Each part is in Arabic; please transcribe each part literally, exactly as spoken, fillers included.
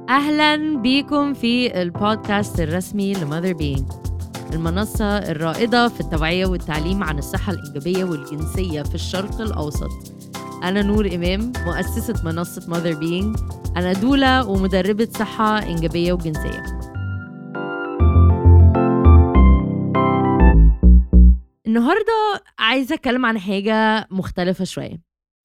أهلاً بيكم في البودكاست الرسمي لماذر بينج، المنصة الرائدة في التوعية والتعليم عن الصحة الإنجابية والجنسية في الشرق الأوسط. أنا نور إمام، مؤسسة منصة ماذر بينج. أنا دولة ومدربة صحة إنجابية وجنسية. النهاردة عايزة أتكلم عن حاجة مختلفة شوية.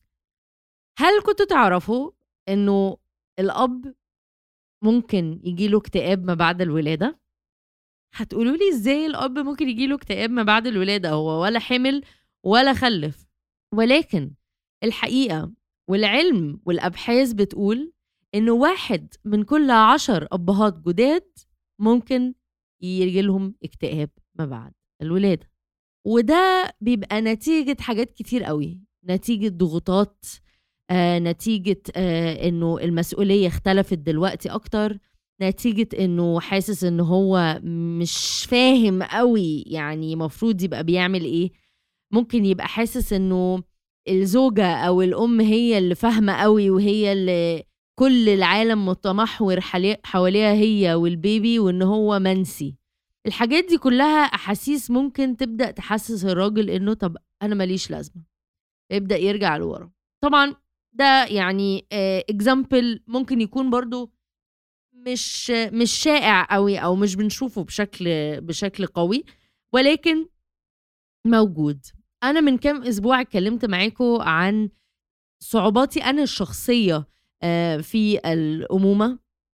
هل كنتوا تعرفوا إنه الأب ممكن يجيله اكتئاب ما بعد الولادة؟ هتقولوا لي ازاي الأب ممكن يجيله اكتئاب ما بعد الولادة؟ هو ولا حمل ولا خلف. ولكن الحقيقة والعلم والأبحاث بتقول إنه واحد من كل عشر أبهات جداد ممكن يجيلهم اكتئاب ما بعد الولادة، وده بيبقى نتيجة حاجات كتير قوي، نتيجة ضغوطات، آه، نتيجة آه، إنه المسؤولية اختلفت دلوقتي أكتر، نتيجة إنه حاسس إنه هو مش فاهم قوي يعني مفروض يبقى بيعمل إيه. ممكن يبقى حاسس إنه الزوجة أو الأم هي اللي فاهمة قوي، وهي اللي كل العالم متمحور حواليها هي والبيبي، وإنه هو منسي. الحاجات دي كلها أحاسيس ممكن تبدأ تحسس الراجل إنه طب أنا ماليش لازمة، يبدأ يرجع لورا. طبعا ده يعني اكزامبل ممكن يكون برضو مش مش شائع قوي او مش بنشوفه بشكل بشكل قوي، ولكن موجود. انا من كام اسبوع اتكلمت معاكم عن صعوباتي انا الشخصية في الأمومة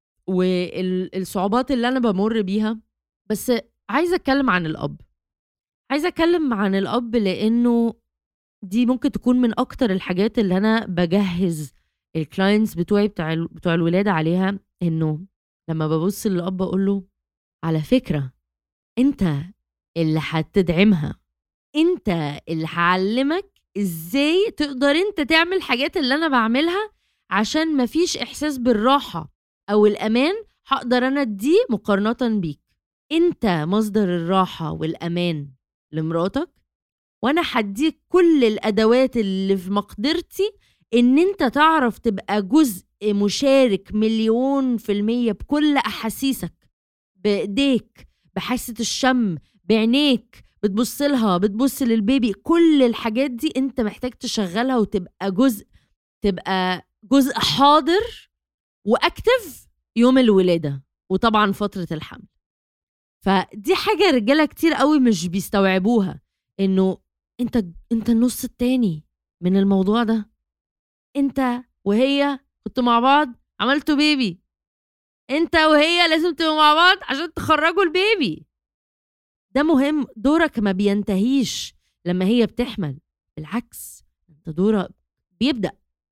والصعوبات اللي انا بمر بيها، بس عايزة اتكلم عن الأب. عايزة اتكلم عن الأب لانه دي ممكن تكون من اكتر الحاجات اللي انا بجهز الكلاينتس بتوعي بتوع بتوع الولادة عليها. انه لما ببص للأب اقول له على فكرة انت اللي هتدعمها، انت اللي هعلمك ازاي تقدر انت تعمل حاجات اللي انا بعملها، عشان مفيش احساس بالراحة او الامان هقدر انا اديه مقارنة بيك. انت مصدر الراحة والامان لمراتك، وانا هديك كل الادوات اللي في مقدرتي ان انت تعرف تبقى جزء مشارك مليون في المية بكل احاسيسك، بايديك، بحاسة الشم، بعينيك بتبص لها، بتبص للبيبي. كل الحاجات دي انت محتاج تشغلها وتبقى جزء، تبقى جزء حاضر واكتف يوم الولادة وطبعا فترة الحمل. فدي حاجة رجالة كتير قوي مش بيستوعبوها، انه انت انت النص التاني من الموضوع ده. انت وهي كنتوا مع بعض عملتوا بيبي، انت وهي لازم تبقوا مع بعض عشان تخرجوا البيبي. ده مهم، دورك ما بينتهيش لما هي بتحمل، بالعكس انت دورك بيبدأ.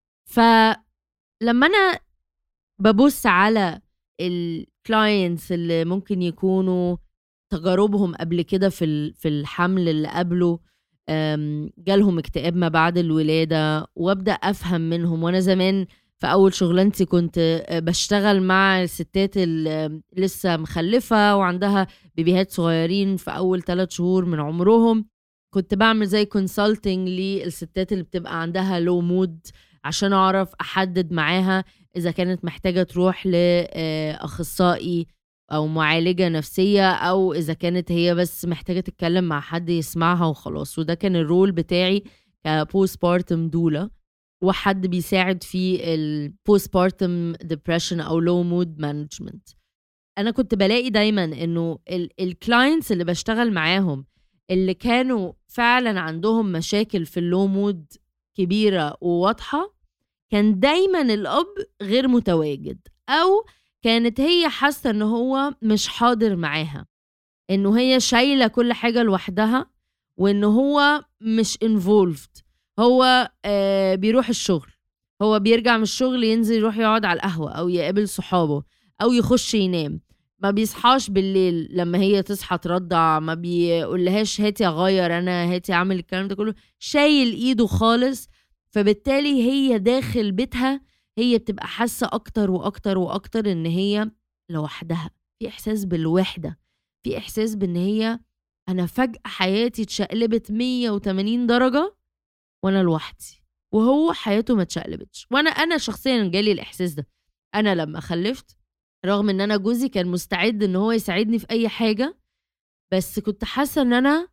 فلما انا ببص على الكلاينتس اللي ممكن يكونوا تجاربهم قبل كده في في الحمل اللي قبله جالهم اكتئاب ما بعد الولادة، وابدأ افهم منهم. وانا زمان في اول شغلانتي كنت بشتغل مع الستات اللي لسه مخلفة وعندها بيبيهات صغيرين في اول ثلاث شهور من عمرهم. كنت بعمل زي كونسلتنج للستات اللي بتبقى عندها لو مود، عشان اعرف احدد معاها اذا كانت محتاجة تروح لاخصائي او معالجة نفسية، او اذا كانت هي بس محتاجة تتكلم مع حد يسمعها وخلاص. وده كان الرول بتاعي كبوست بارتم دولة، وحد بيساعد في البوست بارتم ديبريشن او لو مود مانجمنت. انا كنت بلاقي دايما انه الكلاينتس اللي بشتغل معاهم اللي كانوا فعلا عندهم مشاكل في اللو مود كبيرة وواضحة، كان دايما الأب غير متواجد، أو كانت هي حاسة إنه هو مش حاضر معاها، إنه هي شايلة كل حاجة لوحدها، وإنه هو مش involved. هو آه بيروح الشغل، هو بيرجع من الشغل ينزل يروح يقعد على القهوة أو يقابل صحابه أو يخش ينام، ما بيصحاش بالليل لما هي تصحى ترضع، ما بيقولهاش هاتي أغير أنا، هاتي أعمل الكلام ده كله، شايل إيده خالص. فبالتالي هي داخل بيتها هي بتبقى حاسة أكتر وأكتر وأكتر إن هي لوحدها، في إحساس بالوحدة، في إحساس بإن هي أنا فجأة حياتي اتشقلبت مية وتمانين درجة وأنا لوحدي، وهو حياته ما اتشقلبتش. وأنا أنا شخصيا جالي الإحساس ده. أنا لما خلفت رغم ان انا جوزي كان مستعد ان هو يساعدني في اي حاجة، بس كنت حاسة ان انا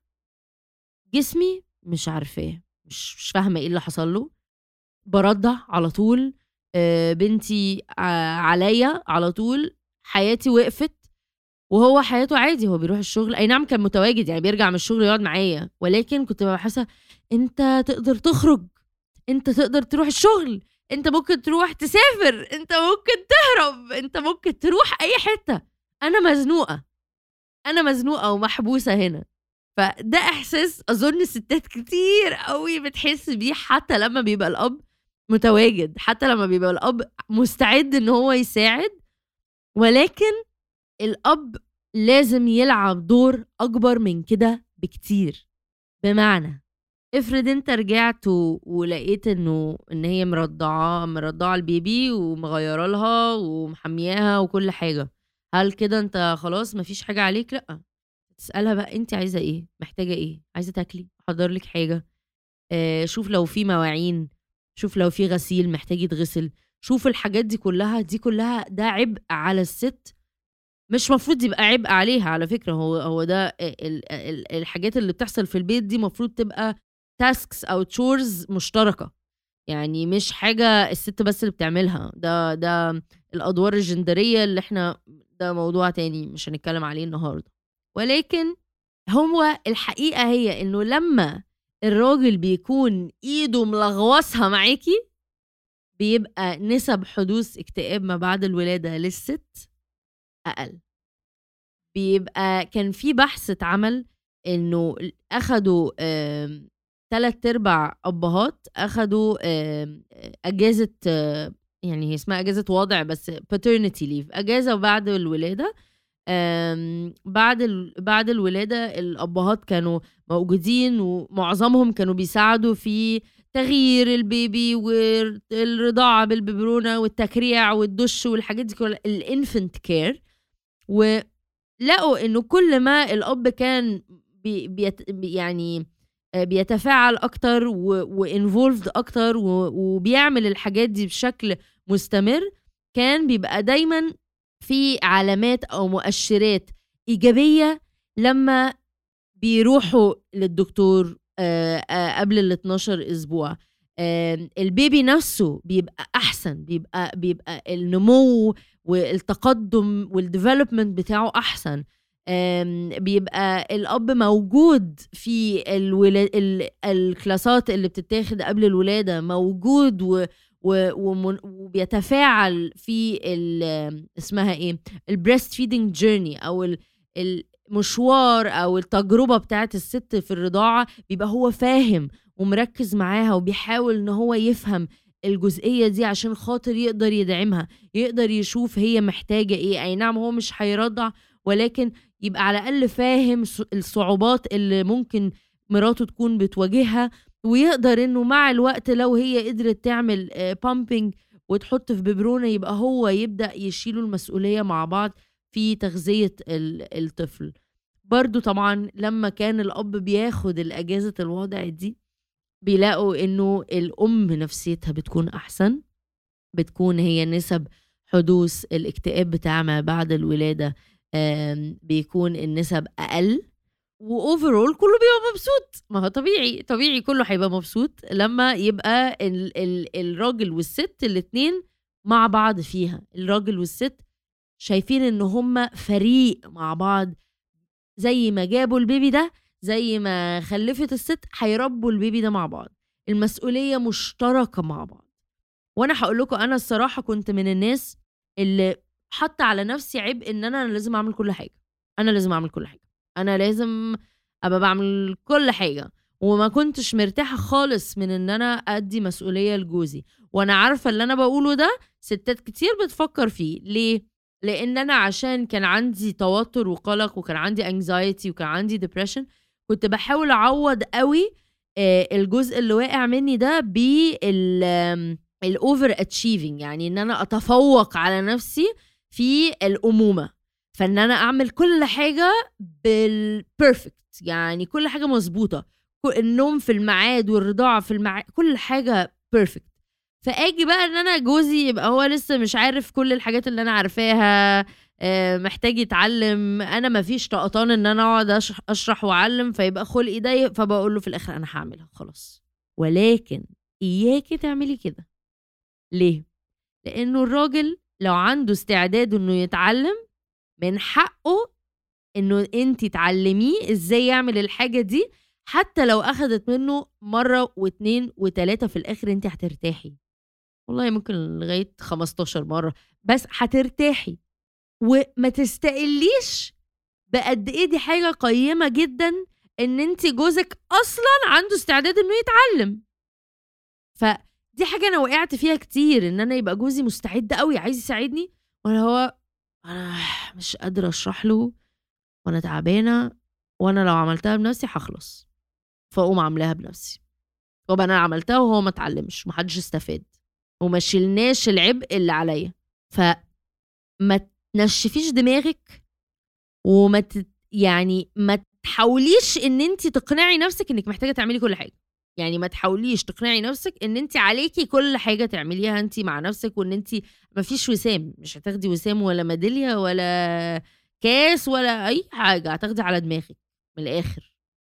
جسمي مش عارفاه، مش مش فاهمة ايه اللي حصل له. برضع على طول، آه، بنتي ع- عليا على طول، حياتي وقفت. وهو حياته عادي، هو بيروح الشغل، اي نعم كان متواجد، يعني بيرجع من الشغل يقعد معايا، ولكن كنت ببقى حاسه انت تقدر تخرج، انت تقدر تروح الشغل، انت ممكن تروح تسافر، انت ممكن تهرب، انت ممكن تروح اي حته. انا مزنوقه، انا مزنوقه ومحبوسه هنا. فده احساس اظن الستات كتير قوي بتحس بيه، حتى لما بيبقى الاب متواجد، حتى لما بيبقى الاب مستعد ان هو يساعد، ولكن الأب لازم يلعب دور أكبر من كده بكتير. بمعنى، افرض انت رجعت و... ولقيت انه ان هي مرضعة مرضعة البيبي ومغيرة لها ومحمياها وكل حاجة، هل كده انت خلاص مفيش حاجة عليك؟ لأ، تسألها بقى انت عايزة ايه، محتاجة ايه، عايزة تاكلي، احضر لك حاجة، آه شوف لو في مواعين، شوف لو في غسيل محتاج يتغسل، شوف الحاجات دي كلها، دي كلها ده عبء على الست، مش مفروض يبقى عبء عليها على فكرة. هو هو ده ال ال الحاجات اللي بتحصل في البيت دي مفروض تبقى tasks أو chores مشتركة، يعني مش حاجة الست بس اللي بتعملها. ده ده الأدوار الجندرية اللي احنا، ده موضوع تاني مش هنتكلم عليه النهاردة. ولكن هو الحقيقة هي إنه لما الراجل بيكون إيده ملغوصها معاكي، بيبقى نسب حدوث اكتئاب ما بعد الولادة للست أقل. بيبقى كان في بحث اتعمل انه اخدوا آم، تلات ارباع ابهات اخدوا آم، اجازة، آه، يعني هي اسمها اجازة وضع بس paternity leave، اجازة بعد الولادة. آم، بعد ال... بعد الولادة الابهات كانوا موجودين، ومعظمهم كانوا بيساعدوا في تغيير البيبي والرضاعة بالببرونة والتكريع والدش والحاجات دي كلها، الانفنت كير. لقوا انه كل ما الاب كان بي بيت يعني آه، بيتفاعل اكتر وانفولفد اكتر و- وبيعمل الحاجات دي بشكل مستمر، كان بيبقى دايما في علامات او مؤشرات ايجابيه لما بيروحوا للدكتور آه، آه، قبل ال اتناشر اسبوع. آه، البيبي نفسه بيبقى احسن، بيبقى بيبقى النمو والتقدم والديفلوبمنت بتاعه احسن. آم، بيبقى الاب موجود في الولا... ال... الكلاسات اللي بتتاخد قبل الولاده، موجود و... و... ومن... وبيتفاعل في ال... اسمها ايه، البريست فيدنج جيرني، او ال... المشوار او التجربه بتاعت الست في الرضاعه، بيبقى هو فاهم ومركز معاها وبيحاول ان هو يفهم الجزئيه دي عشان خاطر يقدر يدعمها، يقدر يشوف هي محتاجه ايه. اي نعم هو مش هيرضع، ولكن يبقى على الاقل فاهم الصعوبات اللي ممكن مراته تكون بتواجهها، ويقدر انه مع الوقت لو هي قدرت تعمل بامبينج وتحط في ببرونه، يبقى هو يبدأ يشيلوا المسؤولية مع بعض في تغذية الطفل. برضو طبعا لما كان الأب بياخد الأجازة الوضع دي، بيلاقوا إنه الأم نفسيتها بتكون أحسن، بتكون هي نسب حدوث الاكتئاب بتاع ما بعد الولادة بيكون النسب أقل، وأوفرول كله بيبقى مبسوط. ما هو طبيعي طبيعي كله هيبقى مبسوط لما يبقى ال ال الراجل والست الاتنين مع بعض فيها، الراجل والست شايفين ان هم فريق مع بعض، زي ما جابوا البيبي ده، زي ما خلفت الست، هيربوا البيبي ده مع بعض، المسؤولية مشتركة مع بعض. وانا هقول لكم انا الصراحة كنت من الناس اللي حط على نفسي عبء ان انا لازم اعمل كل حاجة، انا لازم اعمل كل حاجة، انا لازم ابقى بعمل كل حاجة، وما كنتش مرتاحة خالص من ان انا ادي مسؤولية لجوزي. وانا عارفة اللي انا بقوله ده ستات كتير بتفكر فيه. ليه؟ لان انا عشان كان عندي توتر وقلق، وكان عندي anxiety، وكان عندي depression، كنت بحاول اعوض قوي آه، الجزء اللي واقع مني ده بال الاوفر اتشيفنج، يعني ان انا اتفوق على نفسي في الامومه، فان انا اعمل كل حاجه بالبيرفكت، يعني كل حاجه مظبوطه، النوم في الميعاد والرضاعه في الميعاد، كل حاجه بيرفكت. فاجي بقى ان انا جوزي يبقى هو لسه مش عارف كل الحاجات اللي انا عارفاها، آه، محتاج يتعلم، انا مفيش طقطان ان انا اقعد أشرح, اشرح واعلم، فيبقى خلقي ضيق، فبقول له في الاخر انا هعملها خلاص. ولكن اياكي تعملي كده. ليه؟ لانه الراجل لو عنده استعداد انه يتعلم، من حقه انه انتي تعلميه ازاي يعمل الحاجة دي، حتى لو اخدت منه مرة واتنين وتلاتة، في الاخر انتي هترتاحي. والله ممكن لغاية خمستاشر مرة، بس هترتاحي وما تستقليش بقد ايه دي حاجة قيمة جدا ان انتي جوزك اصلا عنده استعداد انه يتعلم. فدي حاجة انا وقعت فيها كتير، ان انا يبقى جوزي مستعد قوي عايز يساعدني، وانا هو انا مش قادرة اشرح له، وانا تعبانة، وانا لو عملتها بنفسي هخلص، فاقوم عاملاها بنفسي، وابقى انا عملتها وهو ما اتعلمش ومحدش استفاد وما شلناش العبء اللي عليا. فما تنشفيش دماغك، وما ت... يعني ما تحاوليش ان انت تقنعي نفسك انك محتاجه تعملي كل حاجه. يعني ما تحاوليش تقنعي نفسك ان انت عليكي كل حاجه تعمليها انت مع نفسك، وان انت ما فيش وسام، مش هتاخدي وسام ولا ميداليه ولا كاس ولا اي حاجه، هتاخدي على دماغك من الاخر.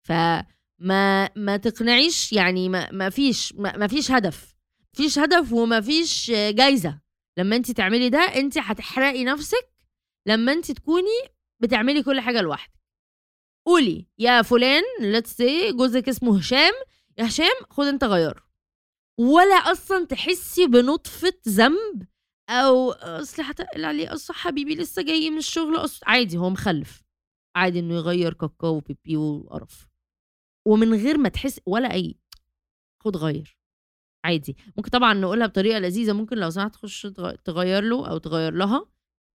فما ما تقنعيش، يعني ما, ما فيش ما, ما فيش هدف فيش هدف وما فيش جايزه لما انت تعملي ده. انت هتحرقي نفسك لما انت تكوني بتعملي كل حاجه لوحدك. قولي يا فلان let's say جوزك اسمه هشام، يا هشام خد انت غيره، ولا اصلا تحسي بنطفه ذنب او اصل هتقل عليه، اصل حبيبي لسه جاي من الشغل، اصل عادي هو مخلف، عادي انه يغير كاكاو وبيبي وقرف، ومن غير ما تحس ولا اي، خد غير عادي. ممكن طبعا نقولها بطريقه لذيذه، ممكن لو سمحت تخش تغير له او تغير لها،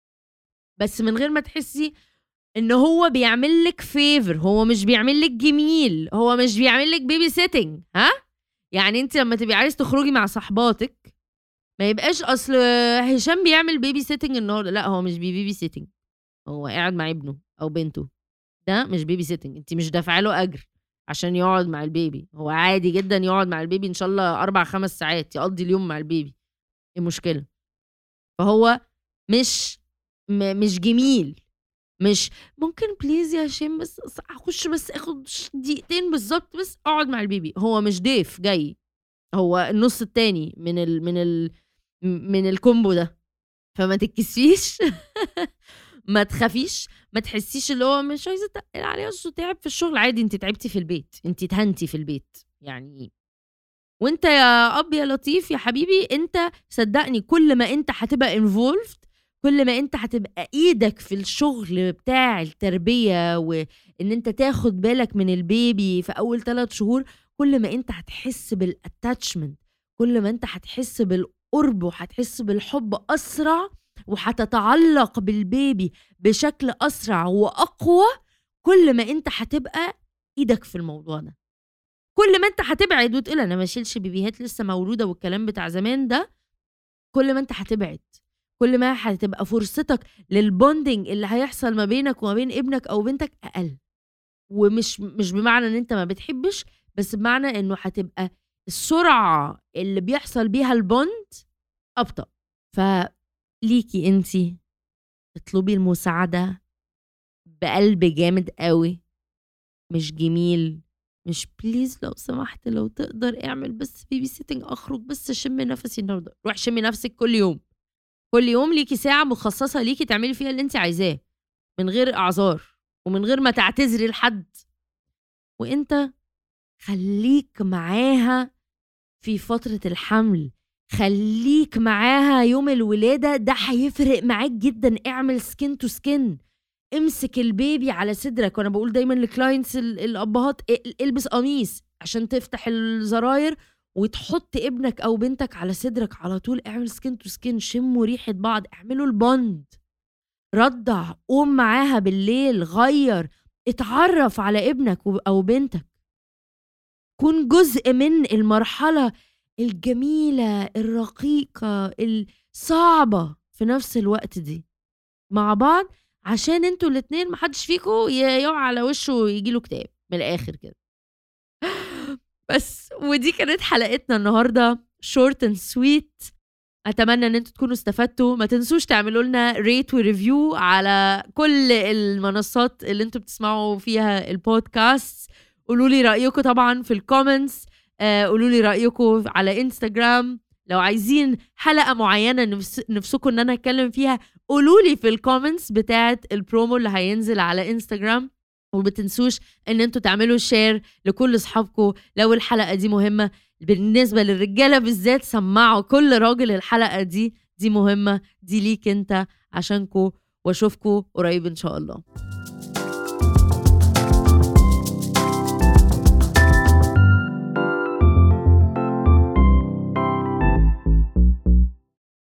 بس من غير ما تحسي ان هو بيعمل لك فيفر، هو مش بيعمل لك جميل، هو مش بيعمل لك بيبي سيتنج. ها يعني انت لما تبقي عايز تخرجي مع صحباتك، ما يبقاش اصل هشام بيعمل بيبي سيتنج النهارده، لا هو مش بيبي سيتنج، هو قاعد مع ابنه او بنته، ده مش بيبي سيتنج، انت مش دافعه له اجر عشان يقعد مع البيبي، هو عادي جدا يقعد مع البيبي ان شاء الله اربع خمس ساعات يقضي اليوم مع البيبي، ايه المشكله؟ فهو مش م- مش جميل، مش ممكن بليز يا هشام بس اخش بس اخد دقيقتين بالظبط بس اقعد مع البيبي، هو مش ضيف جاي، هو النص التاني من ال من ال من الكومبو ده. فما تتكسفيش ما تخافيش، ما تحسيش اللي هو مش عايزه اتقل عليه اصله تعب في الشغل، عادي انت تعبتي في البيت، انت تهنتي في البيت يعني. وانت يا اب يا لطيف يا حبيبي، انت صدقني كل ما انت هتبقى انفولفد، كل ما انت هتبقى ايدك في الشغل بتاع التربية وان انت تاخد بالك من البيبي في اول ثلاث شهور، كل ما انت هتحس بالاتاتشمنت، كل ما انت هتحس بالقرب وهتحس بالحب اسرع، وهتتعلق بالبيبي بشكل اسرع واقوى، كل ما انت هتبقى ايدك في الموضوع ده. كل ما انت هتبعد وتقول انا ما اشيلش بيبيهات لسه مولوده والكلام بتاع زمان ده، كل ما انت هتبعد، كل ما هتبقى فرصتك للبوندنج اللي هيحصل ما بينك وما بين ابنك او بنتك اقل. ومش مش بمعنى ان انت ما بتحبش، بس بمعنى انه هتبقى السرعه اللي بيحصل بيها البوند ابطأ. فليكي انتي اطلبي المساعده بقلب جامد قوي، مش جميل، مش بليز لو سمحت لو تقدر اعمل بس بيبي سيتنج، اخرج بس شمي نفسي النهارده، روح شمي نفسك كل يوم، كل يوم ليكي ساعه مخصصه ليكي تعملي فيها اللي انت عايزاه من غير اعذار ومن غير ما تعتذري لحد. وانت خليك معاها في فتره الحمل، خليك معاها يوم الولاده، ده هيفرق معاك جدا. اعمل سكين تو سكين، امسك البيبي على صدرك. وانا بقول دايما لكلاينتس الابهات البس قميص عشان تفتح الزراير وتحط ابنك او بنتك على صدرك على طول، اعمل سكين تو سكين، شموا ريحه بعض، اعملوا البوند، رضع، قوم معاها بالليل، غير، اتعرف على ابنك او بنتك، كون جزء من المرحله الجميله الرقيقه الصعبه في نفس الوقت دي مع بعض، عشان انتوا الاتنين محدش فيكو يقع على وشه ويجيله كتاب من الاخر كده. بس ودي كانت حلقتنا النهارده. short and sweet. اتمنى ان انتوا تكونوا استفدتوا. ما تنسوش تعملوا لنا ريت وريفيو على كل المنصات اللي انتوا بتسمعوا فيها البودكاست. قولوا لي رايكم طبعا في الكومنتس. آه قولوا لي رايكم على انستغرام. لو عايزين حلقه معينه نفس نفسكم ان انا اتكلم فيها قولوا لي في الكومنتس بتاعه البرومو اللي هينزل على انستغرام. وما تنسوش ان انتوا تعملوا شير لكل اصحابكم لو الحلقه دي مهمه. بالنسبه للرجاله بالذات سمعوا كل راجل الحلقه دي دي مهمه، دي ليك انت عشانكو، واشوفكو قريب ان شاء الله.